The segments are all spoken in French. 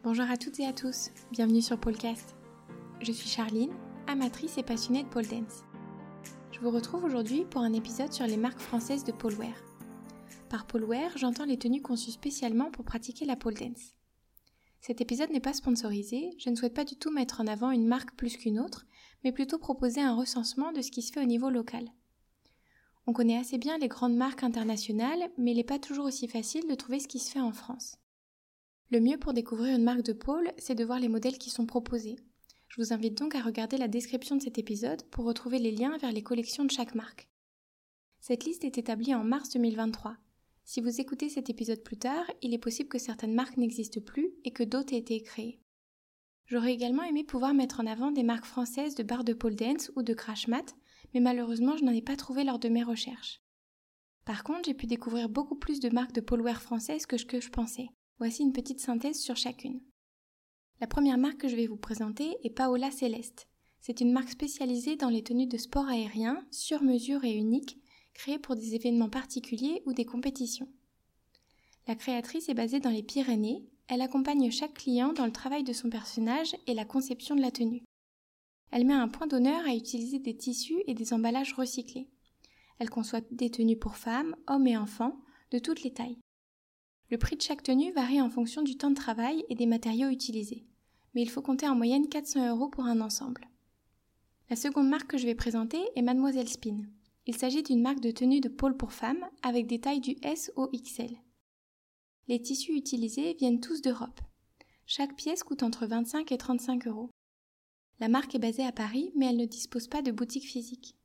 Bonjour à toutes et à tous, bienvenue sur Polecast. Je suis Charline, amatrice et passionnée de pole dance. Je vous retrouve aujourd'hui pour un épisode sur les marques françaises de polewear. Par polewear, j'entends les tenues conçues spécialement pour pratiquer la pole dance. Cet épisode n'est pas sponsorisé, je ne souhaite pas du tout mettre en avant une marque plus qu'une autre, mais plutôt proposer un recensement de ce qui se fait au niveau local. On connaît assez bien les grandes marques internationales, mais il n'est pas toujours aussi facile de trouver ce qui se fait en France. Le mieux pour découvrir une marque de pole, c'est de voir les modèles qui sont proposés. Je vous invite donc à regarder la description de cet épisode pour retrouver les liens vers les collections de chaque marque. Cette liste est établie en mars 2023. Si vous écoutez cet épisode plus tard, il est possible que certaines marques n'existent plus et que d'autres aient été créées. J'aurais également aimé pouvoir mettre en avant des marques françaises de barres de pole dance ou de crash mat, mais malheureusement je n'en ai pas trouvé lors de mes recherches. Par contre, j'ai pu découvrir beaucoup plus de marques de polewear françaises que je pensais. Voici une petite synthèse sur chacune. La première marque que je vais vous présenter est Paola Celeste. C'est une marque spécialisée dans les tenues de sport aérien, sur mesure et uniques, créées pour des événements particuliers ou des compétitions. La créatrice est basée dans les Pyrénées, elle accompagne chaque client dans le travail de son personnage et la conception de la tenue. Elle met un point d'honneur à utiliser des tissus et des emballages recyclés. Elle conçoit des tenues pour femmes, hommes et enfants, de toutes les tailles. Le prix de chaque tenue varie en fonction du temps de travail et des matériaux utilisés, mais il faut compter en moyenne 400 € pour un ensemble. La seconde marque que je vais présenter est Mademoiselle Spin. Il s'agit d'une marque de tenue de pole pour femmes avec des tailles du S au XL. Les tissus utilisés viennent tous d'Europe. Chaque pièce coûte entre 25 et 35 €. La marque est basée à Paris, mais elle ne dispose pas de boutique physique.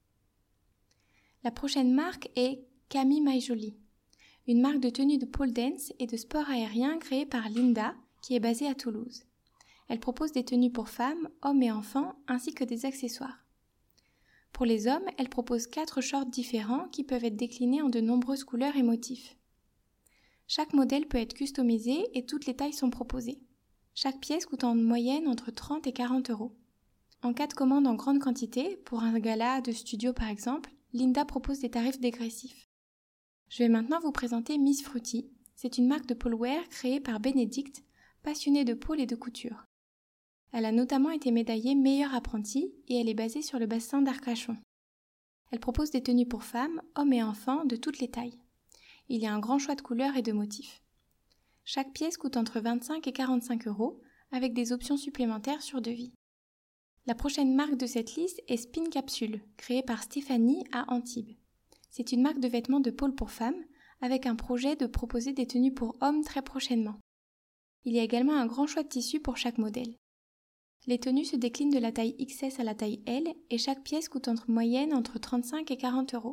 La prochaine marque est Camille Maijoli, une marque de tenue de pole dance et de sport aérien créée par Linda, qui est basée à Toulouse. Elle propose des tenues pour femmes, hommes et enfants, ainsi que des accessoires. Pour les hommes, elle propose 4 shorts différents qui peuvent être déclinés en de nombreuses couleurs et motifs. Chaque modèle peut être customisé et toutes les tailles sont proposées. Chaque pièce coûte en moyenne entre 30 et 40 €. En cas de commande en grande quantité, pour un gala de studio par exemple, Linda propose des tarifs dégressifs. Je vais maintenant vous présenter Miss Fruity. C'est une marque de polewear créée par Bénédicte, passionnée de pole et de couture. Elle a notamment été médaillée meilleure apprentie et elle est basée sur le bassin d'Arcachon. Elle propose des tenues pour femmes, hommes et enfants de toutes les tailles. Il y a un grand choix de couleurs et de motifs. Chaque pièce coûte entre 25 et 45 € avec des options supplémentaires sur devis. La prochaine marque de cette liste est Spin Capsule, créée par Stéphanie à Antibes. C'est une marque de vêtements de pole pour femmes avec un projet de proposer des tenues pour hommes très prochainement. Il y a également un grand choix de tissus pour chaque modèle. Les tenues se déclinent de la taille XS à la taille L et chaque pièce coûte en moyenne entre 35 et 40 €.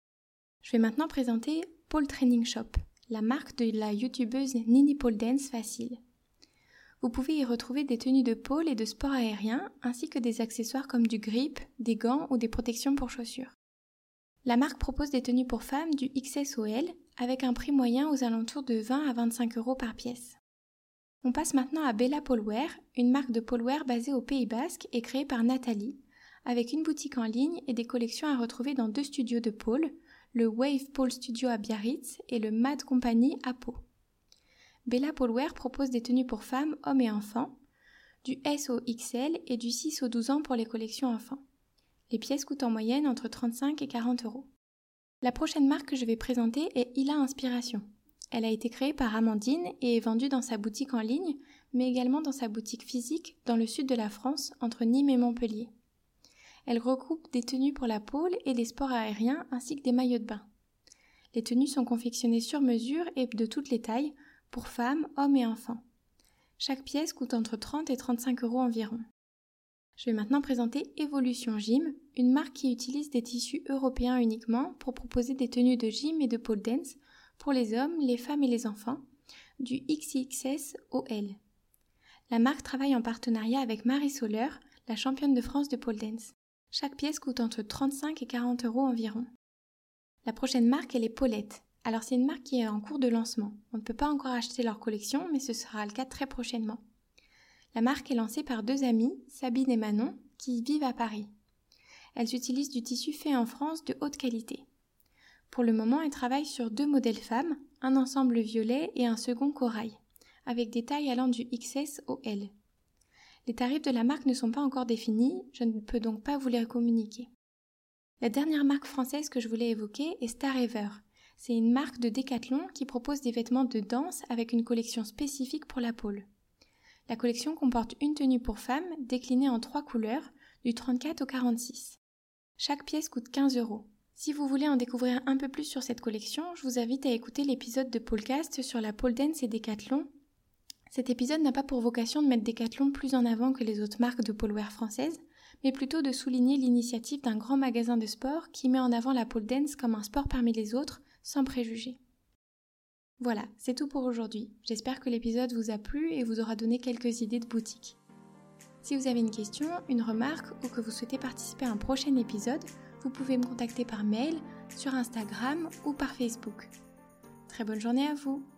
Je vais maintenant présenter Pole Training Shop, la marque de la youtubeuse Nini Pole Dance Facile. Vous pouvez y retrouver des tenues de pole et de sport aérien ainsi que des accessoires comme du grip, des gants ou des protections pour chaussures. La marque propose des tenues pour femmes du XS au L avec un prix moyen aux alentours de 20 à 25 € par pièce. On passe maintenant à Bella Polewear, une marque de polewear basée au Pays Basque et créée par Nathalie, avec une boutique en ligne et des collections à retrouver dans 2 studios de pole, le Wave Pole Studio à Biarritz et le Mad Company à Pau. Bella Polewear propose des tenues pour femmes, hommes et enfants, du S au XL et du 6 au 12 ans pour les collections enfants. Les pièces coûtent en moyenne entre 35 et 40 €. La prochaine marque que je vais présenter est Ila Inspiration. Elle a été créée par Amandine et est vendue dans sa boutique en ligne, mais également dans sa boutique physique dans le sud de la France, entre Nîmes et Montpellier. Elle regroupe des tenues pour la pole et des sports aériens ainsi que des maillots de bain. Les tenues sont confectionnées sur mesure et de toutes les tailles, pour femmes, hommes et enfants. Chaque pièce coûte entre 30 et 35 € environ. Je vais maintenant présenter Evolution Gym, une marque qui utilise des tissus européens uniquement pour proposer des tenues de gym et de pole dance pour les hommes, les femmes et les enfants, du XXS au L. La marque travaille en partenariat avec Marie Soler, la championne de France de pole dance. Chaque pièce coûte entre 35 et 40 € environ. La prochaine marque, elle est Paulette. Alors c'est une marque qui est en cours de lancement. On ne peut pas encore acheter leur collection, mais ce sera le cas très prochainement. La marque est lancée par 2 amies, Sabine et Manon, qui vivent à Paris. Elles utilisent du tissu fait en France de haute qualité. Pour le moment, elles travaillent sur 2 modèles femmes, un ensemble violet et un second corail, avec des tailles allant du XS au L. Les tarifs de la marque ne sont pas encore définis, je ne peux donc pas vous les communiquer. La dernière marque française que je voulais évoquer est Starever. C'est une marque de Decathlon qui propose des vêtements de danse avec une collection spécifique pour la pole. La collection comporte une tenue pour femmes déclinée en 3 couleurs, du 34 au 46. Chaque pièce coûte 15 €. Si vous voulez en découvrir un peu plus sur cette collection, je vous invite à écouter l'épisode de Polcast sur la pole dance et Decathlon. Cet épisode n'a pas pour vocation de mettre Decathlon plus en avant que les autres marques de polewear françaises, mais plutôt de souligner l'initiative d'un grand magasin de sport qui met en avant la pole dance comme un sport parmi les autres, sans préjugés. Voilà, c'est tout pour aujourd'hui. J'espère que l'épisode vous a plu et vous aura donné quelques idées de boutique. Si vous avez une question, une remarque ou que vous souhaitez participer à un prochain épisode, vous pouvez me contacter par mail, sur Instagram ou par Facebook. Très bonne journée à vous!